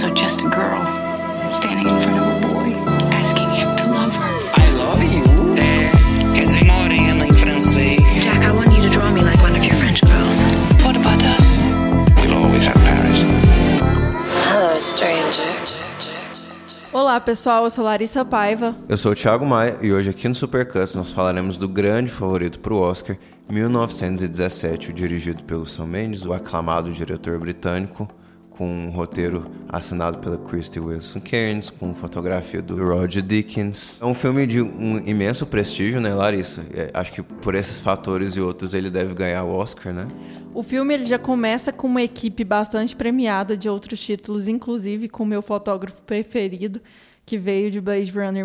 also just a girl standing in front of a boy, asking him to love her. I love you. Quer dizer morena em francês. Jack, I want you to draw me like one of your French girls. What about us? We'll always have Paris. Hello, stranger. Olá pessoal, eu sou Larissa Paiva. Eu sou o Thiago Maia e hoje aqui no Supercuts nós falaremos do grande favorito para o Oscar, 1917, dirigido pelo Sam Mendes, o aclamado diretor britânico, com um roteiro assinado pela Krysty Wilson-Cairns, com fotografia do Roger Deakins. É um filme de um imenso prestígio, né, Larissa? Acho que por esses fatores e outros ele deve ganhar o Oscar, né? O filme ele já começa com uma equipe bastante premiada de outros títulos, inclusive com o meu fotógrafo preferido, que veio de Blade Runner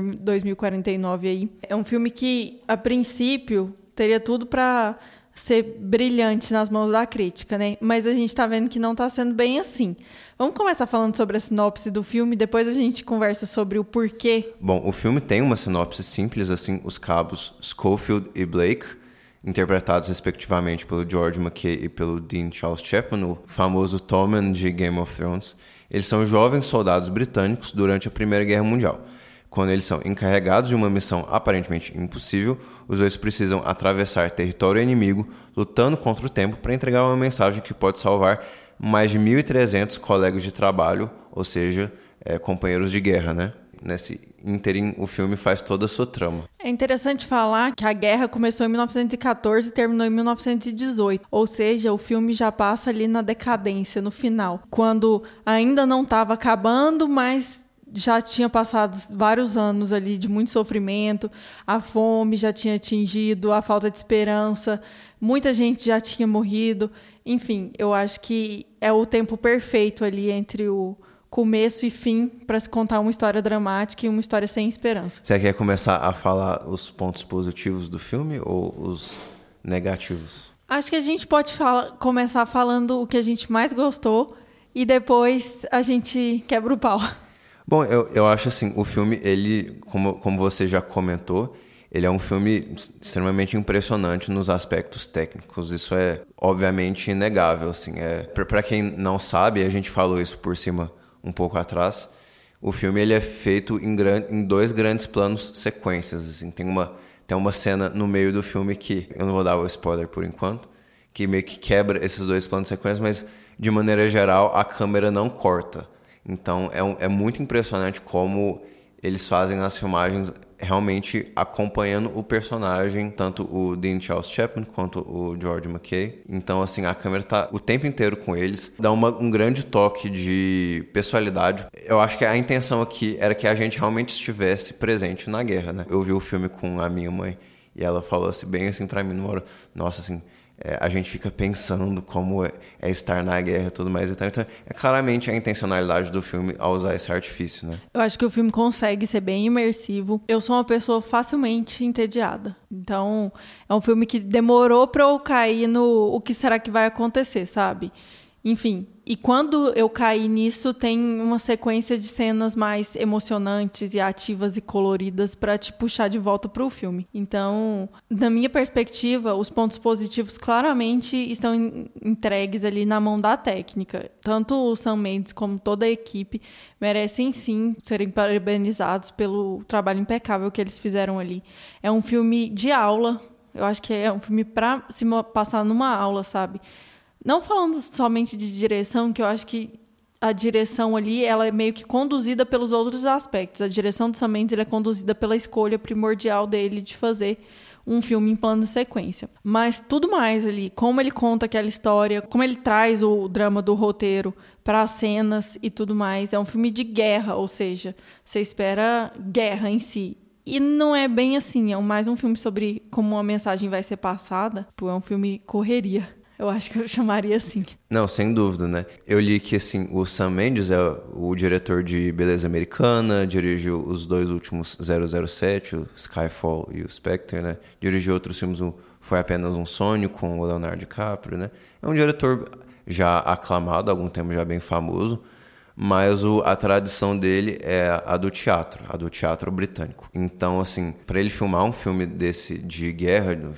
2049 aí. É um filme que, a princípio, teria tudo para ser brilhante nas mãos da crítica, né? Mas a gente tá vendo que não tá sendo bem assim. Vamos começar falando sobre a sinopse do filme, depois a gente conversa sobre o porquê. Bom, o filme tem uma sinopse simples, assim, os cabos Schofield e Blake, interpretados respectivamente pelo George McKay e pelo Dean Charles Chapman, o famoso Tommen de Game of Thrones. Eles são jovens soldados britânicos durante a Primeira Guerra Mundial. Quando eles são encarregados de uma missão aparentemente impossível, os dois precisam atravessar território inimigo, lutando contra o tempo para entregar uma mensagem que pode salvar mais de 1.300 colegas de trabalho, ou seja, companheiros de guerra, né? Nesse ínterim, o filme faz toda a sua trama. É interessante falar que a guerra começou em 1914 e terminou em 1918. Ou seja, o filme já passa ali na decadência, no final. Quando ainda não estava acabando, mas já tinha passado vários anos ali de muito sofrimento, a fome já tinha atingido, a falta de esperança, muita gente já tinha morrido. Enfim, eu acho que é o tempo perfeito ali entre o começo e fim para se contar uma história dramática e uma história sem esperança. Você quer começar a falar os pontos positivos do filme ou os negativos? Acho que a gente pode começar falando o que a gente mais gostou e depois a gente quebra o pau. Bom, eu acho assim, o filme, ele, como você já comentou, ele é um filme extremamente impressionante nos aspectos técnicos. Isso é, obviamente, inegável, assim. Para quem não sabe, a gente falou isso por cima um pouco atrás, o filme ele é feito em dois grandes planos sequências. Assim. Tem uma cena no meio do filme que, eu não vou dar o spoiler por enquanto, que meio que quebra esses dois planos sequências, mas, de maneira geral, a câmera não corta. Então, é muito impressionante como eles fazem as filmagens realmente acompanhando o personagem, tanto o Dean Charles Chapman quanto o George McKay. Então, assim, a câmera tá o tempo inteiro com eles. Dá um grande toque de pessoalidade. Eu acho que a intenção aqui era que a gente realmente estivesse presente na guerra, né? Eu vi o filme com a minha mãe e ela falou assim, bem assim pra mim, numa hora, nossa, assim, a gente fica pensando como é estar na guerra e tudo mais. Então, é claramente a intencionalidade do filme ao usar esse artifício, né? Eu acho que o filme consegue ser bem imersivo. Eu sou uma pessoa facilmente entediada. Então, é um filme que demorou pra eu cair no o que será que vai acontecer, sabe? Enfim, e quando eu caí nisso, tem uma sequência de cenas mais emocionantes e ativas e coloridas para te puxar de volta para o filme. Então, na minha perspectiva, os pontos positivos claramente estão entregues ali na mão da técnica. Tanto o Sam Mendes como toda a equipe merecem sim serem parabenizados pelo trabalho impecável que eles fizeram ali. É um filme de aula, eu acho que é um filme para se passar numa aula, sabe? Não falando somente de direção, que eu acho que a direção ali ela é meio que conduzida pelos outros aspectos. A direção do Sam Mendes ele é conduzida pela escolha primordial dele de fazer um filme em plano de sequência. Mas tudo mais ali, como ele conta aquela história, como ele traz o drama do roteiro para as cenas e tudo mais. É um filme de guerra, ou seja, você espera guerra em si. E não é bem assim, é mais um filme sobre como uma mensagem vai ser passada. É um filme correria. Eu acho que eu chamaria assim. Não, sem dúvida, né? Eu li que, assim, o Sam Mendes é o diretor de Beleza Americana, dirigiu os dois últimos 007, o Skyfall e o Spectre, né? Dirigiu outros filmes, Foi Apenas um Sonho, com o Leonardo DiCaprio, né? É um diretor já aclamado, há algum tempo já bem famoso, mas a tradição dele é a do teatro britânico. Então, assim, para ele filmar um filme desse de guerra, de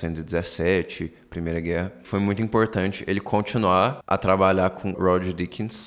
1917, Primeira Guerra, foi muito importante ele continuar a trabalhar com Roger Deakins,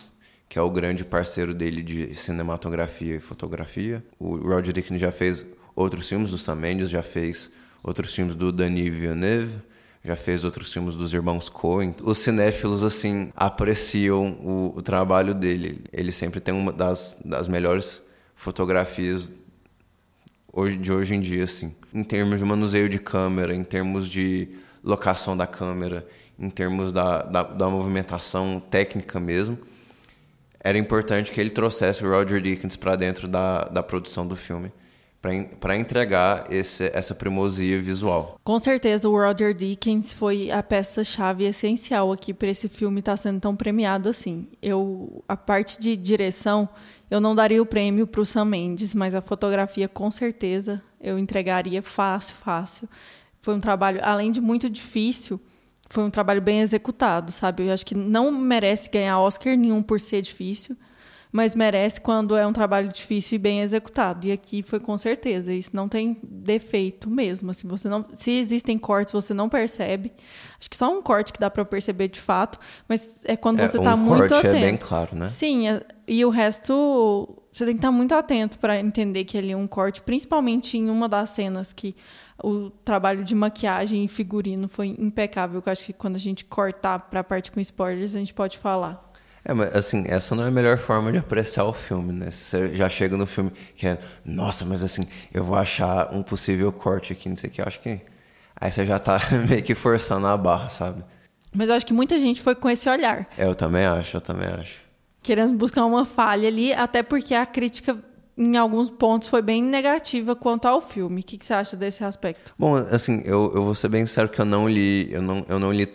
que é o grande parceiro dele de cinematografia e fotografia. O Roger Deakins já fez outros filmes do Sam Mendes, já fez outros filmes do Denis Villeneuve, já fez outros filmes dos irmãos Coen. Os cinéfilos, assim, apreciam o trabalho dele. Ele sempre tem uma das melhores fotografias de hoje em dia, assim. Em termos de manuseio de câmera, em termos de locação da câmera, em termos da movimentação técnica mesmo. Era importante que ele trouxesse o Roger Deakins para dentro da produção do filme, para entregar essa primazia visual. Com certeza o Roger Deakins foi a peça-chave essencial aqui para esse filme estar sendo tão premiado assim. A parte de direção, eu não daria o prêmio para o Sam Mendes, mas a fotografia com certeza eu entregaria fácil. Foi um trabalho, além de muito difícil, foi um trabalho bem executado, sabe? Eu acho que não merece ganhar Oscar nenhum por ser difícil, mas merece quando é um trabalho difícil e bem executado. E aqui foi com certeza. Isso não tem defeito mesmo. Assim, se existem cortes, você não percebe. Acho que só um corte que dá para perceber de fato, mas é quando você está muito atento. Um corte é bem claro, né? Sim, e o resto você tem que estar muito atento para entender que ele é um corte, principalmente em uma das cenas que o trabalho de maquiagem e figurino foi impecável. Eu acho que quando a gente cortar para a parte com spoilers, a gente pode falar. Mas assim, essa não é a melhor forma de apreciar o filme, né? Você já chega no filme que é, nossa, mas assim, eu vou achar um possível corte aqui, não sei o que, eu acho que... Aí você já tá meio que forçando a barra, sabe? Mas eu acho que muita gente foi com esse olhar. Eu também acho. Querendo buscar uma falha ali, até porque a crítica, em alguns pontos, foi bem negativa quanto ao filme. O que você acha desse aspecto? Bom, assim, eu vou ser bem sincero que eu não vi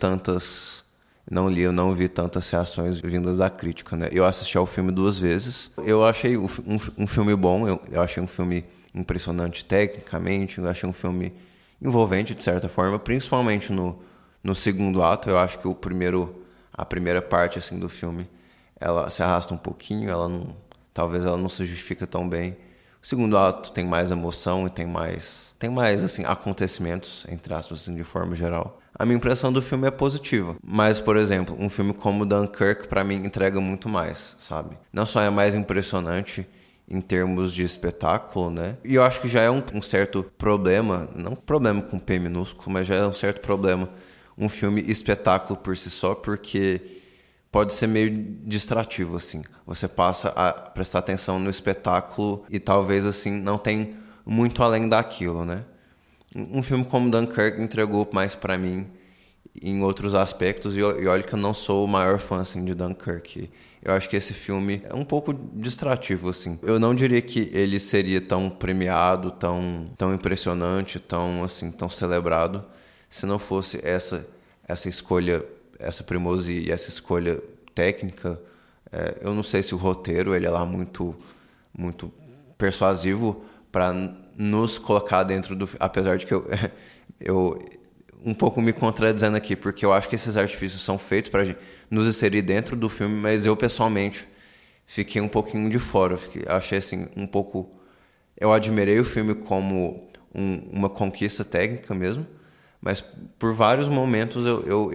tantas reações vindas da crítica, né? Eu assisti ao filme 2 vezes. Eu achei um filme bom, eu achei um filme impressionante tecnicamente, eu achei um filme envolvente, de certa forma, principalmente no segundo ato. Eu acho que a primeira parte assim, do filme, ela se arrasta um pouquinho, talvez ela não se justifica tão bem. O segundo ato tem mais emoção e tem mais assim, acontecimentos, entre aspas, assim, de forma geral. A minha impressão do filme é positiva. Mas, por exemplo, um filme como Dunkirk, pra mim, entrega muito mais, sabe? Não só é mais impressionante em termos de espetáculo, né? E eu acho que já é um certo problema, não problema com P minúsculo, mas já é um certo problema um filme espetáculo por si só, porque pode ser meio distrativo, assim. Você passa a prestar atenção no espetáculo e talvez, assim, não tem muito além daquilo, né? Um filme como Dunkirk entregou mais pra mim em outros aspectos, e olha que eu não sou o maior fã, assim, de Dunkirk. Eu acho que esse filme é um pouco distrativo, assim. Eu não diria que ele seria tão premiado, tão impressionante, tão celebrado, se não fosse essa escolha, essa primazia e essa escolha técnica. Eu não sei se o roteiro ele é lá muito, muito persuasivo para nos colocar dentro do... Apesar de que eu um pouco me contradizendo aqui, porque eu acho que esses artifícios são feitos para nos inserir dentro do filme, mas eu pessoalmente fiquei um pouquinho de fora. Achei assim um pouco... Eu admirei o filme como uma conquista técnica mesmo, mas por vários momentos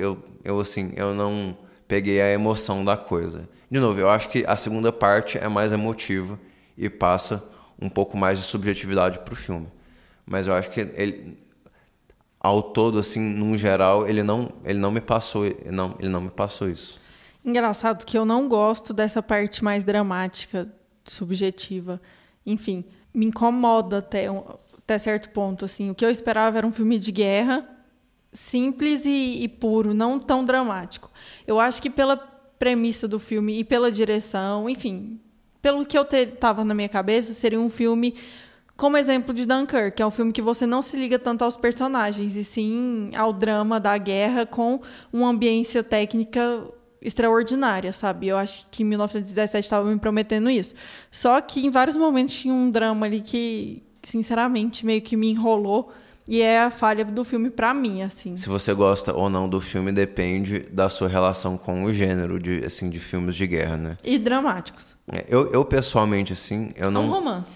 eu não peguei a emoção da coisa. De novo, eu acho que a segunda parte é mais emotiva e passa um pouco mais de subjetividade pro filme. Mas eu acho que ele, ao todo, assim, num geral, ele não me passou isso. Engraçado que eu não gosto dessa parte mais dramática, subjetiva. Enfim, me incomoda até certo ponto, assim. O que eu esperava era um filme de guerra simples e puro, não tão dramático. Eu acho que pela premissa do filme e pela direção, enfim, pelo que eu tava na minha cabeça, seria um filme como exemplo de Dunkirk, que é um filme que você não se liga tanto aos personagens, e sim ao drama da guerra com uma ambiência técnica extraordinária, sabe? Eu acho que em 1917 estava me prometendo isso. Só que em vários momentos tinha um drama ali que, sinceramente, meio que me enrolou. E é a falha do filme pra mim, assim. Se você gosta ou não do filme depende da sua relação com o gênero de filmes de guerra, né? E dramáticos. Eu pessoalmente, assim, eu não... Um romance.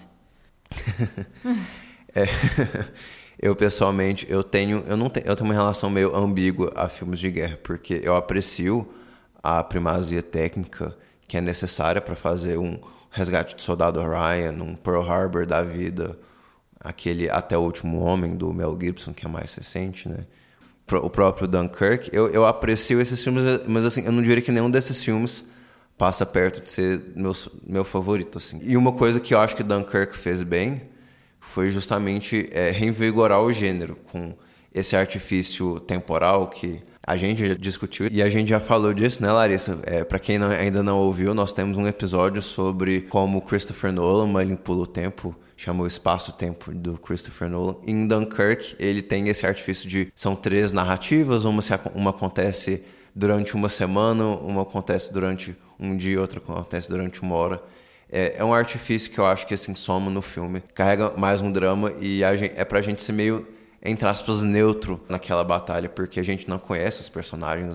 Eu pessoalmente, eu tenho uma relação meio ambígua a filmes de guerra, porque eu aprecio a primazia técnica que é necessária para fazer um Resgate do Soldado Ryan, um Pearl Harbor da vida, aquele Até o Último Homem, do Mel Gibson, que é mais recente, né? O próprio Dunkirk. Eu aprecio esses filmes, mas assim, eu não diria que nenhum desses filmes passa perto de ser meu favorito, assim. E uma coisa que eu acho que Dunkirk fez bem foi justamente reinvigorar o gênero com esse artifício temporal que a gente já discutiu e a gente já falou disso, né, Larissa? Para quem ainda não ouviu, nós temos um episódio sobre como Christopher Nolan manipula o tempo, chama o Espaço-Tempo do Christopher Nolan. Em Dunkirk, ele tem esse artifício de... São 3 narrativas, uma acontece durante uma semana, uma acontece durante um dia, outra acontece durante uma hora. É um artifício que eu acho que assim, soma no filme, carrega mais um drama e é pra gente ser meio, entre aspas, neutro naquela batalha, porque a gente não conhece os personagens,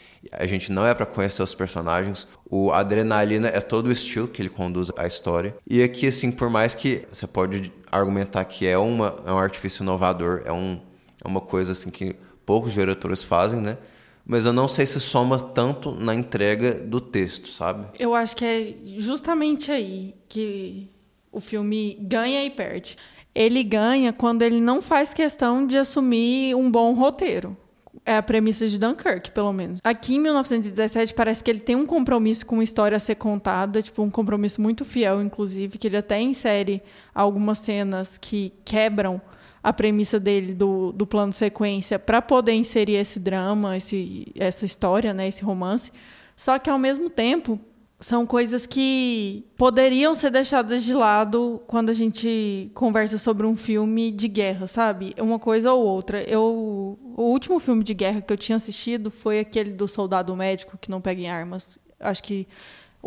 a gente não é pra conhecer os personagens. O Adrenalina é todo o estilo que ele conduz a história. E aqui, assim, por mais que você pode argumentar que é um artifício inovador, é uma coisa assim que poucos diretores fazem, né? Mas eu não sei se soma tanto na entrega do texto, sabe? Eu acho que é justamente aí que o filme ganha e perde. Ele ganha quando ele não faz questão de assumir um bom roteiro. É a premissa de Dunkirk, pelo menos. Aqui, em 1917, parece que ele tem um compromisso com uma história a ser contada, tipo, um compromisso muito fiel, inclusive, que ele até insere algumas cenas que quebram a premissa dele do plano sequência para poder inserir esse drama, essa história, né, esse romance. Só que, ao mesmo tempo, são coisas que poderiam ser deixadas de lado quando a gente conversa sobre um filme de guerra, sabe? Uma coisa ou outra. O último filme de guerra que eu tinha assistido foi aquele do Soldado Médico que não pega em armas. Acho que Até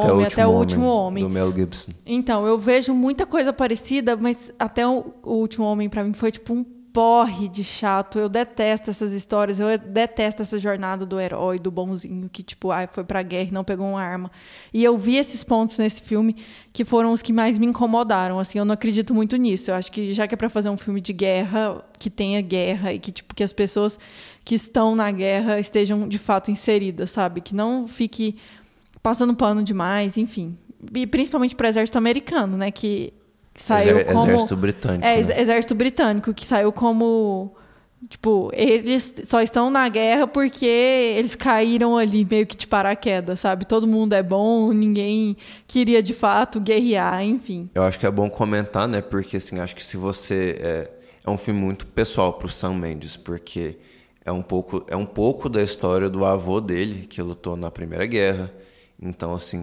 o Último Homem. Do Mel Gibson. Então, eu vejo muita coisa parecida, mas Até o Último Homem, pra mim, foi tipo um porre de chato. Eu detesto essas histórias, eu detesto essa jornada do herói, do bonzinho, que tipo, foi pra guerra e não pegou uma arma. E eu vi esses pontos nesse filme que foram os que mais me incomodaram. Assim, eu não acredito muito nisso. Eu acho que já que é pra fazer um filme de guerra, que tenha guerra e que as pessoas que estão na guerra estejam de fato inseridas, sabe? Que não fique passando pano demais, enfim. E principalmente para o exército americano, né? Que saiu como... Exército britânico. né? Né? Exército britânico, que saiu como... Tipo, eles só estão na guerra porque eles caíram ali meio que de paraquedas, sabe? Todo mundo é bom, ninguém queria de fato guerrear, enfim. Eu acho que é bom comentar, né? Porque, assim, acho que se você... É um filme muito pessoal pro Sam Mendes, porque é um pouco da história do avô dele, que lutou na Primeira Guerra. Então, assim,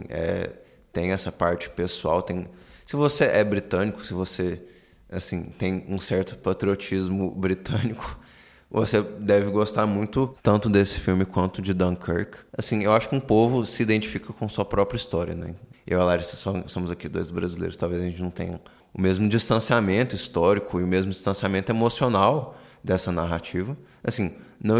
tem essa parte pessoal. Se você é britânico, se você assim, tem um certo patriotismo britânico, você deve gostar muito tanto desse filme quanto de Dunkirk. Assim, eu acho que um povo se identifica com sua própria história, né? Eu e a Larissa somos aqui 2 brasileiros, talvez a gente não tenha o mesmo distanciamento histórico e o mesmo distanciamento emocional dessa narrativa. Assim,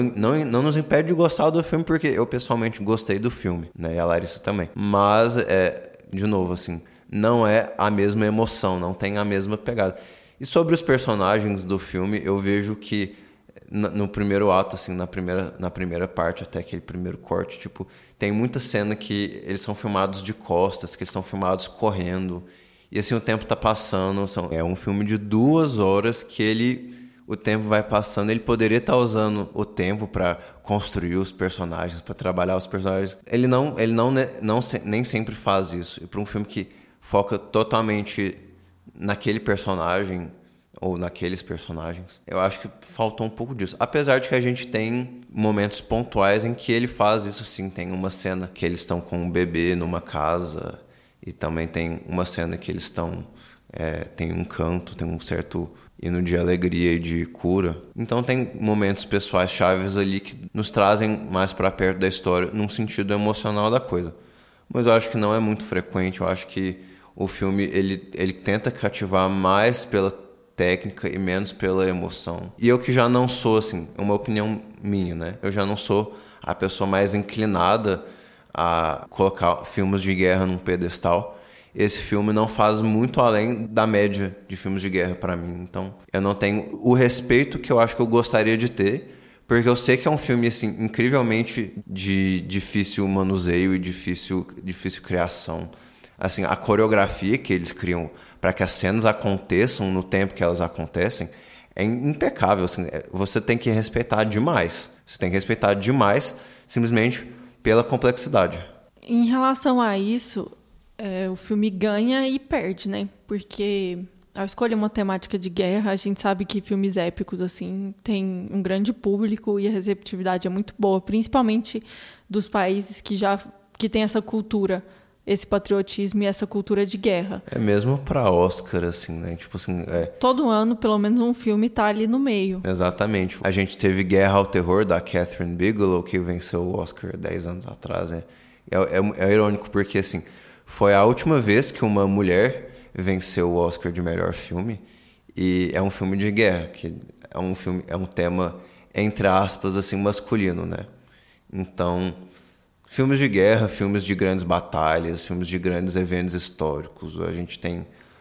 não nos impede de gostar do filme, porque eu pessoalmente gostei do filme, né? E a Larissa também. Mas, de novo, assim, não é a mesma emoção, não tem a mesma pegada. E sobre os personagens do filme, eu vejo que no primeiro ato, assim, na primeira parte, até aquele primeiro corte, tipo, tem muita cena que eles são filmados de costas, que eles são filmados correndo. E assim, o tempo tá passando. É um filme de 2 horas que o tempo vai passando. Ele poderia estar usando o tempo para construir os personagens, para trabalhar os personagens. Ele nem sempre faz isso. E para um filme que foca totalmente naquele personagem ou naqueles personagens, eu acho que faltou um pouco disso. Apesar de que a gente tem momentos pontuais em que ele faz isso sim. Tem uma cena que eles estão com um bebê numa casa, e também tem uma cena que eles estão... tem um canto, tem um certo hino de alegria e de cura. Então tem momentos pessoais chaves ali que nos trazem mais para perto da história num sentido emocional da coisa. Mas eu acho que não é muito frequente. Eu acho que o filme ele tenta cativar mais pela técnica e menos pela emoção. E eu que já não sou, assim, uma opinião minha, né? Eu já não sou a pessoa mais inclinada a colocar filmes de guerra num pedestal. Esse filme não faz muito além da média de filmes de guerra para mim. Então, eu não tenho o respeito que eu acho que eu gostaria de ter Porque eu sei que é um filme, assim, incrivelmente de difícil manuseio e difícil criação. Assim, a coreografia que eles criam para que as cenas aconteçam no tempo que elas acontecem é impecável. Assim, você tem que respeitar demais. Você tem que respeitar demais simplesmente pela complexidade. Em relação a isso, o filme ganha e perde, né? Porque ao escolher uma temática de guerra, a gente sabe que filmes épicos assim têm um grande público e a receptividade é muito boa, principalmente dos países que têm essa cultura, esse patriotismo e essa cultura de guerra. É mesmo pra Oscar, assim, né? Tipo assim, todo ano, pelo menos um filme tá ali no meio. Exatamente. A gente teve Guerra ao Terror, da Catherine Bigelow, que venceu o Oscar 10 anos atrás, né? É irônico porque, assim, foi a última vez que uma mulher venceu o Oscar de melhor filme, e é um filme de guerra, que é um tema, entre aspas, assim, masculino, né? Então, filmes de guerra, filmes de grandes batalhas, filmes de grandes eventos históricos, a gente tem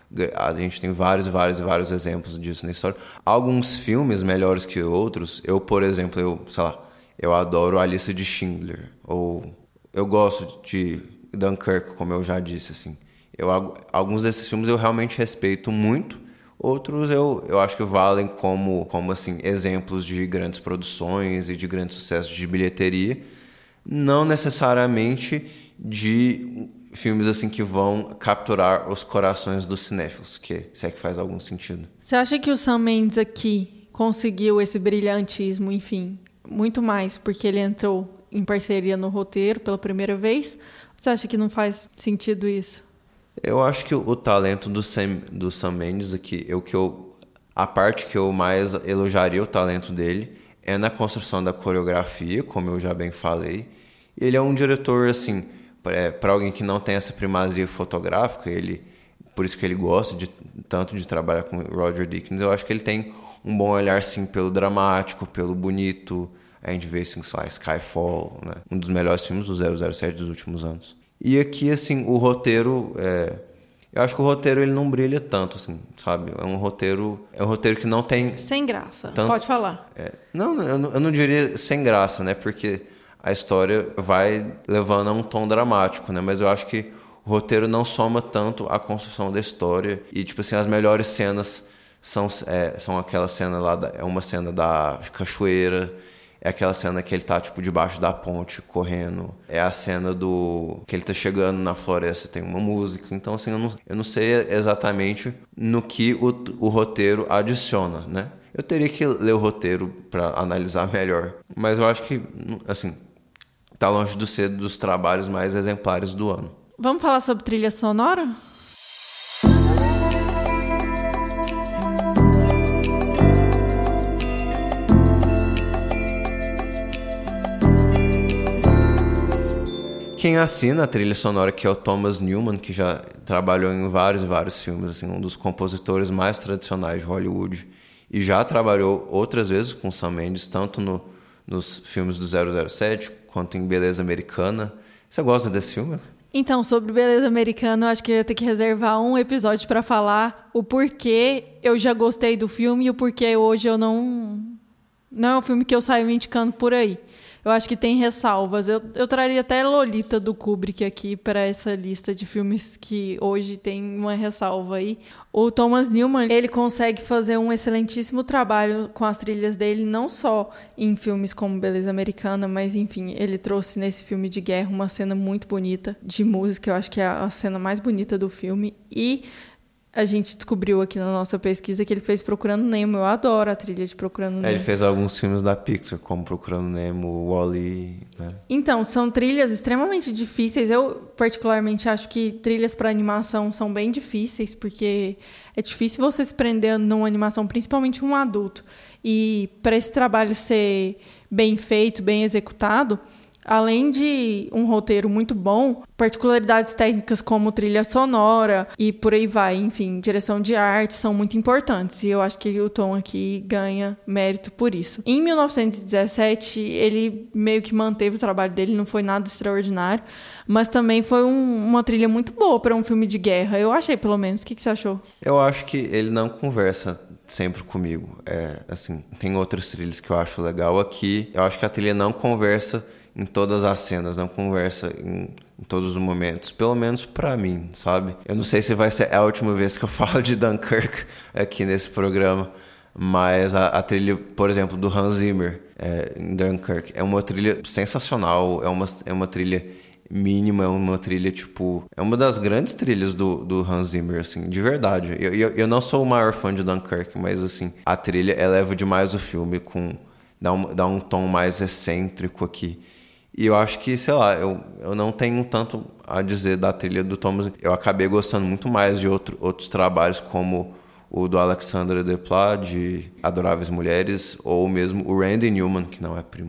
vários exemplos disso na história. Alguns filmes melhores que outros, por exemplo, eu adoro A Lista de Schindler, ou eu gosto de Dunkirk, como eu já disse, assim. Alguns desses filmes eu realmente respeito muito, outros eu acho que valem como assim, exemplos de grandes produções e de grandes sucessos de bilheteria, não necessariamente de filmes assim que vão capturar os corações dos cinéfilos, se é que faz algum sentido. Você acha que o Sam Mendes aqui conseguiu esse brilhantismo, enfim, muito mais porque ele entrou em parceria no roteiro pela primeira vez? Você acha que não faz sentido isso? Eu acho que o talento do Sam Mendes aqui, a parte que eu mais elogiaria o talento dele é na construção da coreografia, como eu já bem falei. Ele é um diretor, assim, para alguém que não tem essa primazia fotográfica, por isso que ele gosta tanto de trabalhar com Roger Deakins, eu acho que ele tem um bom olhar, sim, pelo dramático, pelo bonito. A gente vê, assim, Skyfall, né? Um dos melhores filmes do 007 dos últimos anos. E aqui, assim, o roteiro, eu acho que o roteiro ele não brilha tanto, assim, sabe? É um roteiro que não tem... Sem graça, pode falar. Não, eu não diria sem graça, né? Porque a história vai levando a um tom dramático, né? Mas eu acho que o roteiro não soma tanto a construção da história. E, tipo assim, as melhores cenas são aquela cena lá, é uma cena da cachoeira... É aquela cena que ele tá, tipo, debaixo da ponte, correndo. É a cena que ele tá chegando na floresta, tem uma música. Então, assim, eu não sei exatamente no que o roteiro adiciona, né? Eu teria que ler o roteiro pra analisar melhor. Mas eu acho que, assim, tá longe de ser dos trabalhos mais exemplares do ano. Vamos falar sobre trilha sonora? Quem assina a trilha sonora, que é o Thomas Newman, que já trabalhou em vários filmes, assim, um dos compositores mais tradicionais de Hollywood, e já trabalhou outras vezes com Sam Mendes, tanto nos filmes do 007 quanto em Beleza Americana. Você gosta desse filme? Então, sobre Beleza Americana, eu acho que eu ia ter que reservar um episódio para falar o porquê eu já gostei do filme e o porquê hoje eu não é um filme que eu saio me indicando por aí. Eu acho que tem ressalvas. Eu traria até Lolita do Kubrick aqui para essa lista de filmes que hoje tem uma ressalva aí. O Thomas Newman, ele consegue fazer um excelentíssimo trabalho com as trilhas dele, não só em filmes como Beleza Americana, mas, enfim, ele trouxe nesse filme de guerra uma cena muito bonita de música. Eu acho que é a cena mais bonita do filme. E a gente descobriu aqui na nossa pesquisa que ele fez Procurando Nemo. Eu adoro a trilha de Procurando Nemo. Ele fez alguns filmes da Pixar, como Procurando Nemo, Wall-E, né? Então, são trilhas extremamente difíceis. Eu, particularmente, acho que trilhas para animação são bem difíceis, porque é difícil você se prender numa animação, principalmente um adulto. E para esse trabalho ser bem feito, bem executado, além de um roteiro muito bom, particularidades técnicas como trilha sonora e por aí vai, enfim, direção de arte são muito importantes. E eu acho que o Tom aqui ganha mérito por isso. Em 1917, ele meio que manteve o trabalho dele, não foi nada extraordinário, mas também foi uma trilha muito boa para um filme de guerra. Eu achei, pelo menos. O que você achou? Eu acho que ele não conversa sempre comigo. Assim, tem outras trilhas que eu acho legal aqui. Eu acho que a trilha não conversa em todas as cenas, não conversa em todos os momentos, pelo menos pra mim, sabe? Eu não sei se vai ser a última vez que eu falo de Dunkirk aqui nesse programa, mas a trilha, por exemplo, do Hans Zimmer em Dunkirk é uma trilha sensacional, é uma trilha mínima, é uma trilha, tipo... É uma das grandes trilhas do Hans Zimmer, assim, de verdade. Eu não sou o maior fã de Dunkirk, mas, assim, a trilha eleva demais o filme, dá um tom mais excêntrico aqui. E eu acho que, sei lá, eu não tenho tanto a dizer da trilha do Thomas. Eu acabei gostando muito mais de outros trabalhos, como o do Alexandre Desplat, de Adoráveis Mulheres, ou mesmo o Randy Newman, que não é primo,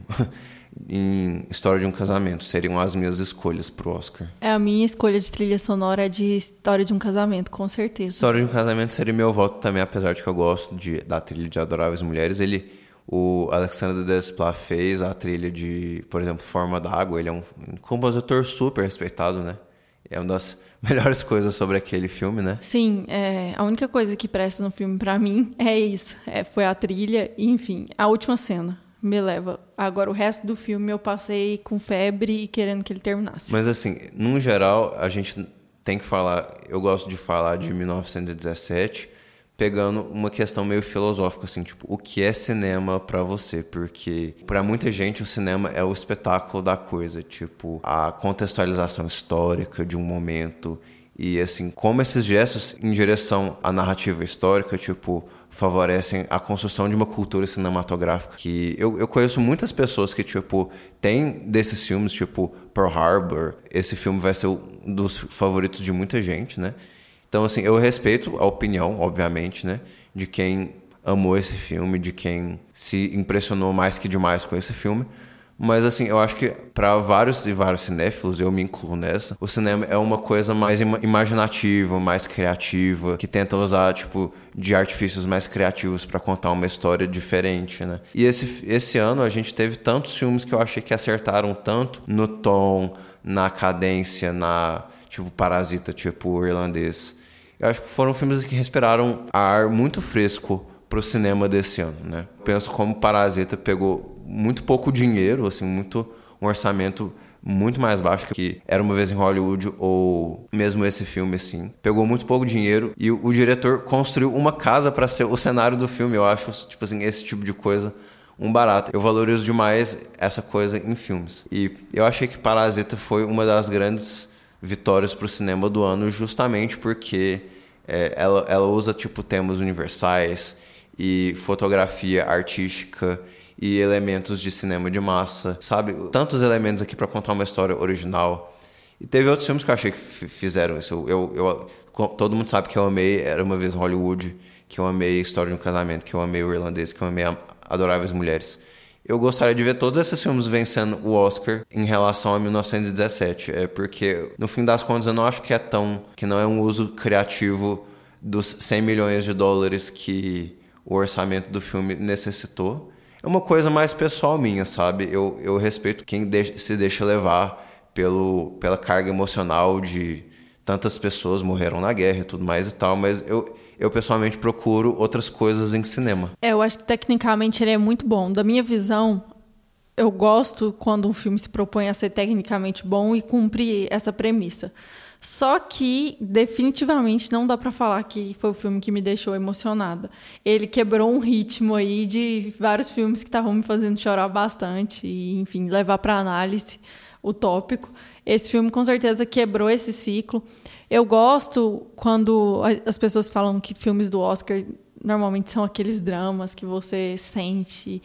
em História de um Casamento. Seriam as minhas escolhas pro Oscar. A minha escolha de trilha sonora é de História de um Casamento, com certeza. História de um Casamento seria meu voto também, apesar de que eu gosto da trilha de Adoráveis Mulheres. O Alexandre Desplat fez a trilha de, por exemplo, Forma d'Água. Ele é um compositor super respeitado, né? É uma das melhores coisas sobre aquele filme, né? Sim, a única coisa que presta no filme pra mim é isso. Foi a trilha e, enfim, a última cena me leva. Agora, o resto do filme eu passei com febre e querendo que ele terminasse. Mas, assim, num geral, a gente tem que falar... Eu gosto de falar de 1917... pegando uma questão meio filosófica, assim, tipo, o que é cinema pra você? Porque pra muita gente o cinema é o espetáculo da coisa, tipo, a contextualização histórica de um momento e, assim, como esses gestos em direção à narrativa histórica, tipo, favorecem a construção de uma cultura cinematográfica. Que eu conheço muitas pessoas que, tipo, tem desses filmes, tipo, Pearl Harbor. Esse filme vai ser um dos favoritos de muita gente, né? Então, assim, eu respeito a opinião, obviamente, né, de quem amou esse filme, de quem se impressionou mais que demais com esse filme. Mas, assim, eu acho que para vários e vários cinéfilos, eu me incluo nessa, o cinema é uma coisa mais imaginativa, mais criativa, que tenta usar, tipo, de artifícios mais criativos para contar uma história diferente, né? E esse ano a gente teve tantos filmes que eu achei que acertaram tanto no tom, na cadência, tipo, Parasita, tipo, O Irlandês. Eu acho que foram filmes que respiraram ar muito fresco pro cinema desse ano, né? Penso como Parasita pegou muito pouco dinheiro, assim, um orçamento muito mais baixo que Era Uma Vez em Hollywood ou mesmo esse filme, assim. Pegou muito pouco dinheiro e o diretor construiu uma casa para ser o cenário do filme. Eu acho, tipo assim, esse tipo de coisa um barato. Eu valorizo demais essa coisa em filmes. E eu achei que Parasita foi uma das grandes vitórias pro cinema do ano, justamente porque ela usa, tipo, temas universais e fotografia artística e elementos de cinema de massa, sabe? Tantos elementos aqui para contar uma história original. E teve outros filmes que eu achei que fizeram isso. Todo mundo sabe que eu amei Era Uma Vez em Hollywood, que eu amei História de um Casamento, que eu amei O Irlandês, que eu amei Adoráveis Mulheres. Eu gostaria de ver todos esses filmes vencendo o Oscar em relação a 1917. Porque, no fim das contas, eu não acho que não é um uso criativo dos 100 milhões de dólares que o orçamento do filme necessitou. É uma coisa mais pessoal minha, sabe? Eu respeito quem se deixa levar pela carga emocional de tantas pessoas morreram na guerra e tudo mais e tal, mas eu pessoalmente procuro outras coisas em cinema. Eu acho que tecnicamente ele é muito bom. Da minha visão, eu gosto quando um filme se propõe a ser tecnicamente bom e cumprir essa premissa. Só que definitivamente não dá pra falar que foi o filme que me deixou emocionada. Ele quebrou um ritmo aí de vários filmes que estavam me fazendo chorar bastante e, enfim, levar pra análise o tópico. Esse filme com certeza quebrou esse ciclo. Eu gosto quando as pessoas falam que filmes do Oscar normalmente são aqueles dramas que você sente.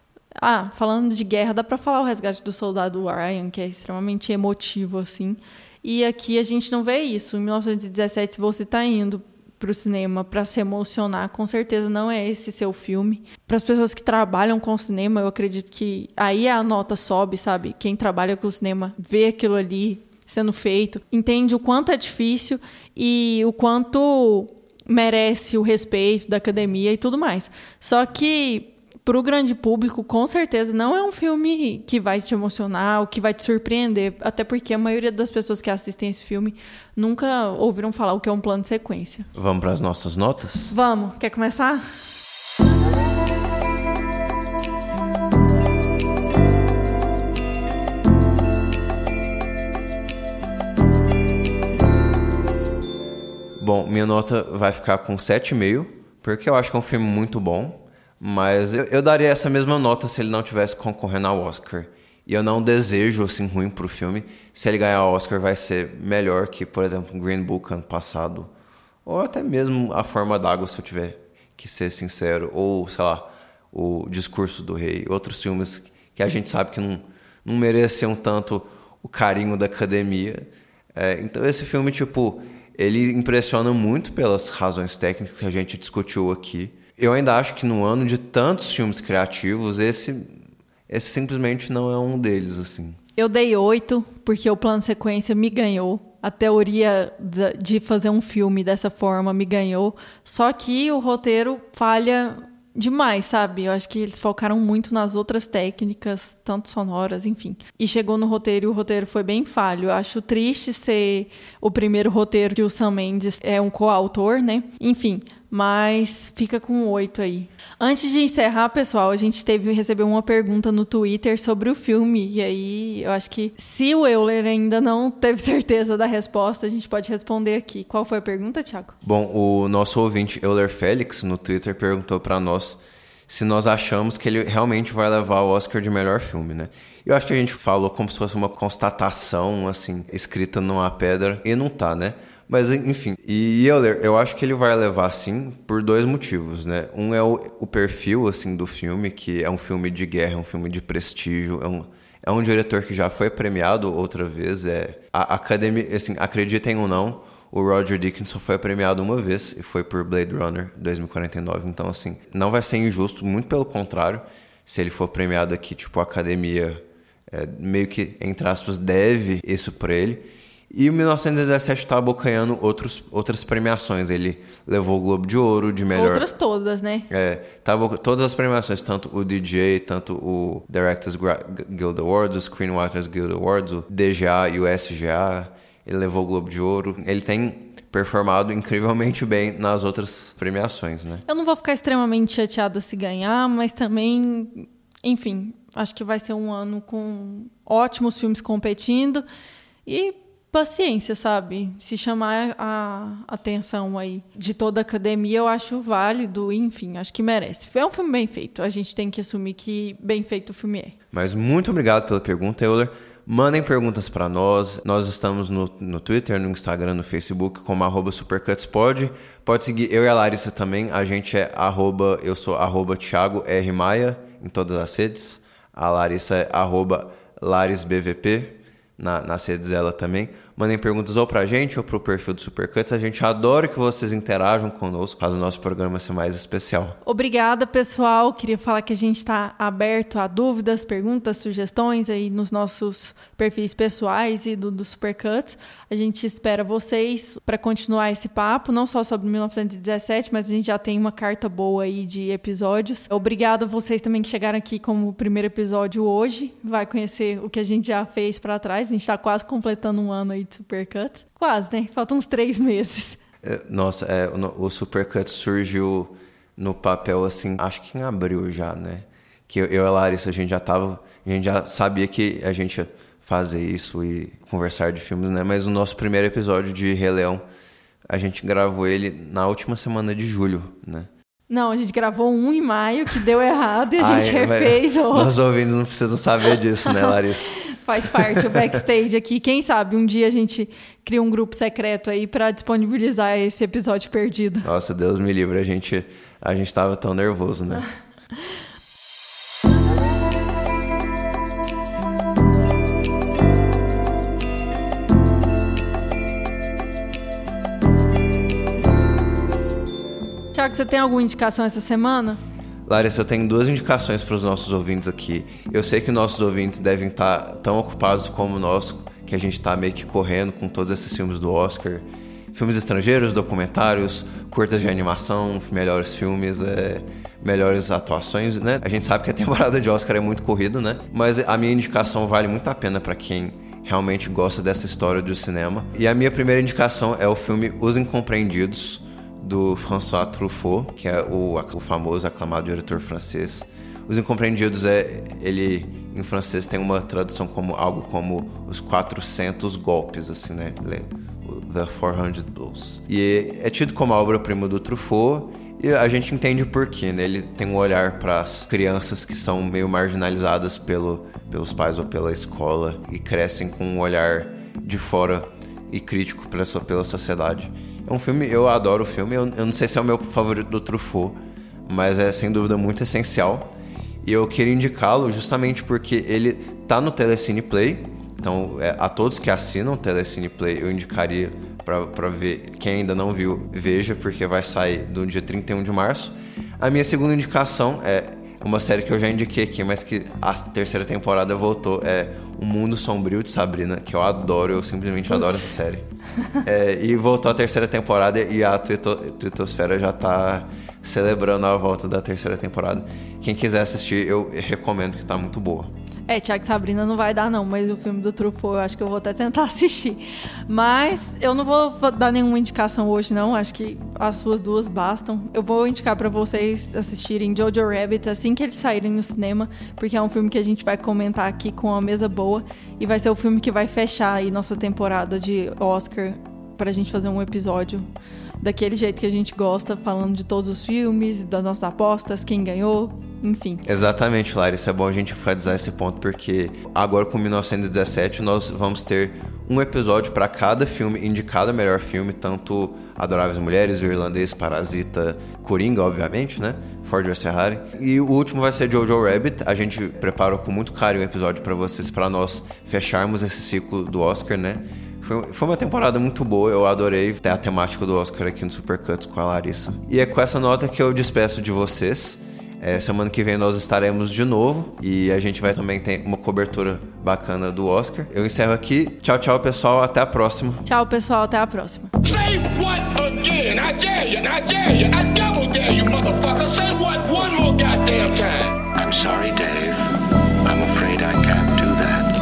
Falando de guerra, dá pra falar O Resgate do Soldado Ryan, que é extremamente emotivo, assim. E aqui a gente não vê isso. Em 1917, se você tá indo pro cinema para se emocionar, com certeza não é esse seu filme. Para as pessoas que trabalham com cinema, eu acredito que aí a nota sobe, sabe? Quem trabalha com cinema vê aquilo ali sendo feito, entende o quanto é difícil e o quanto merece o respeito da academia e tudo mais. Só que para o grande público, com certeza, não é um filme que vai te emocionar ou que vai te surpreender, até porque a maioria das pessoas que assistem esse filme nunca ouviram falar o que é um plano de sequência. Vamos para as nossas notas? Vamos. Quer começar? Bom, minha nota vai ficar com 7,5, porque eu acho que é um filme muito bom, mas eu daria essa mesma nota se ele não tivesse concorrendo ao Oscar. E eu não desejo, assim, ruim pro filme. Se ele ganhar o Oscar, vai ser melhor que, por exemplo, Green Book ano passado. Ou até mesmo A Forma d'Água, se eu tiver que ser sincero. Ou, sei lá, O Discurso do Rei. Outros filmes que a gente sabe que não mereciam tanto o carinho da academia. Então esse filme, tipo, ele impressiona muito pelas razões técnicas que a gente discutiu aqui. Eu ainda acho que no ano de tantos filmes criativos, esse simplesmente não é um deles, assim. Eu dei 8, porque o plano sequência me ganhou. A teoria de fazer um filme dessa forma me ganhou. Só que o roteiro falha demais, sabe? Eu acho que eles focaram muito nas outras técnicas, tanto sonoras, enfim. E chegou no roteiro e o roteiro foi bem falho. Eu acho triste ser o primeiro roteiro que o Sam Mendes é um coautor, né? Enfim, mas fica com 8 aí. Antes de encerrar, pessoal, a gente recebeu uma pergunta no Twitter sobre o filme. E aí, eu acho que se o Euler ainda não teve certeza da resposta, a gente pode responder aqui. Qual foi a pergunta, Thiago? Bom, o nosso ouvinte Euler Félix no Twitter perguntou pra nós se nós achamos que ele realmente vai levar o Oscar de melhor filme, né? Eu acho que a gente falou como se fosse uma constatação, assim, escrita numa pedra, e não tá, né? Mas, enfim, e eu acho que ele vai levar, sim, por 2 motivos, né? Um é o perfil, assim, do filme, que é um filme de guerra, é um filme de prestígio, é um diretor que já foi premiado outra vez, a academia, assim, acreditem ou não, o Roger Deakins só foi premiado uma vez, e foi por Blade Runner 2049, então, assim, não vai ser injusto, muito pelo contrário, se ele for premiado aqui, tipo, a academia meio que, entre aspas, deve isso pra ele. E o 1917 tá abocanhando outras premiações. Ele levou o Globo de Ouro de melhor... Outras todas, né? Todas as premiações, tanto o DJ, tanto o Directors Guild Awards, o Screenwriters Guild Awards, o DGA e o SGA. Ele levou o Globo de Ouro. Ele tem performado incrivelmente bem nas outras premiações, né? Eu não vou ficar extremamente chateada se ganhar, mas também, enfim, acho que vai ser um ano com ótimos filmes competindo e paciência, sabe? Se chamar a atenção aí de toda a academia, eu acho válido, enfim, acho que merece. É um filme bem feito, a gente tem que assumir que bem feito o filme é. Mas muito obrigado pela pergunta, Euler. Mandem perguntas para nós. Nós estamos no Twitter, no Instagram, no Facebook, como @supercutspod. Pode seguir eu e a Larissa também. A gente eu sou Thiago R. Maia em todas as redes. A Larissa é @LarisBVP nas redes dela também. Mandem perguntas ou pra gente ou pro perfil do Supercuts. A gente adora que vocês interajam conosco, faz o nosso programa ser mais especial. Obrigada, pessoal. Queria falar que a gente está aberto a dúvidas, perguntas, sugestões aí nos nossos perfis pessoais e do Supercuts. A gente espera vocês para continuar esse papo, não só sobre 1917, mas a gente já tem uma carta boa aí de episódios. Obrigada a vocês também que chegaram aqui como primeiro episódio hoje. Vai conhecer o que a gente já fez para trás. A gente está quase completando um ano aí de Supercuts. Quase, né? Faltam uns 3 meses. Nossa, o Supercuts surgiu no papel, assim, acho que em abril já, né? Que eu e a Larissa, a gente já sabia que a gente ia fazer isso e conversar de filmes, né? Mas o nosso primeiro episódio de Rei Leão, a gente gravou ele na última semana de julho, né? Não, a gente gravou um em maio que deu errado e a gente refez outro. Os ouvintes não precisam saber disso, né, Larissa? Faz parte, o backstage aqui. Quem sabe um dia a gente cria um grupo secreto aí pra disponibilizar esse episódio perdido. Nossa, Deus me livre, a gente tava tão nervoso, né? Thiago, você tem alguma indicação essa semana? Larissa, eu tenho 2 indicações para os nossos ouvintes aqui. Eu sei que nossos ouvintes devem estar tão ocupados como nós, que a gente está meio que correndo com todos esses filmes do Oscar. Filmes estrangeiros, documentários, curtas de animação, melhores filmes, melhores atuações, né? A gente sabe que a temporada de Oscar é muito corrida, né? Mas a minha indicação vale muito a pena para quem realmente gosta dessa história do cinema. E a minha primeira indicação é o filme Os Incompreendidos, do François Truffaut, que é o famoso, aclamado diretor francês. Os Incompreendidos, ele em francês tem uma tradução como algo como os 400 golpes, assim, né? The 400 Blows. E é tido como a obra-prima do Truffaut, e a gente entende por quê, né? Ele tem um olhar para as crianças que são meio marginalizadas pelos pais ou pela escola e crescem com um olhar de fora e crítico pela sociedade. É um filme, eu adoro o filme, eu não sei se é o meu favorito do Truffaut, mas é sem dúvida muito essencial. E eu queria indicá-lo justamente porque ele tá no Telecine Play. Então, a todos que assinam o Telecine Play, eu indicaria para ver. Quem ainda não viu, veja, porque vai sair no dia 31 de março. A minha segunda indicação é uma série que eu já indiquei aqui, mas que a terceira temporada voltou. É O Mundo Sombrio de Sabrina, que eu adoro, eu simplesmente adoro essa série. E voltou a terceira temporada e a Twittosfera já tá celebrando a volta da terceira temporada. Quem quiser assistir, eu recomendo, que tá muito boa. Thiago e Sabrina não vai dar não, mas o filme do Truffaut eu acho que eu vou até tentar assistir. Mas eu não vou dar nenhuma indicação hoje não, acho que as suas duas bastam. Eu vou indicar pra vocês assistirem Jojo Rabbit assim que eles saírem no cinema, porque é um filme que a gente vai comentar aqui com uma mesa boa e vai ser o filme que vai fechar aí nossa temporada de Oscar pra gente fazer um episódio daquele jeito que a gente gosta, falando de todos os filmes, das nossas apostas, quem ganhou, enfim. Exatamente, Larissa, é bom a gente enfatizar esse ponto, porque agora com 1917 nós vamos ter um episódio para cada filme indicado a melhor filme, tanto Adoráveis Mulheres, O Irlandês, Parasita, Coringa, obviamente, né? Ford vs Ferrari. E o último vai ser Jojo Rabbit. A gente preparou com muito carinho um episódio para vocês, para nós fecharmos esse ciclo do Oscar, né? Foi uma temporada muito boa, eu adorei ter a temática do Oscar aqui no Supercuts com a Larissa. E é com essa nota que eu despeço de vocês. Semana que vem nós estaremos de novo e a gente vai também ter uma cobertura bacana do Oscar. Eu encerro aqui. Tchau, tchau, pessoal. Até a próxima. Tchau, pessoal. Até a próxima. Say what again? I dare you. I dare you. I double dare you, motherfucker. Say what one more goddamn time. I'm sorry, Dave. I'm afraid I can't do that.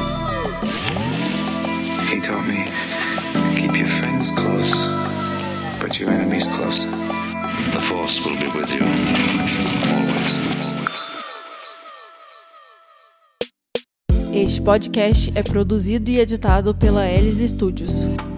He told me, keep your friends close, but your enemies closer. The Force will be with you. Always. Este podcast é produzido e editado pela Elis Studios.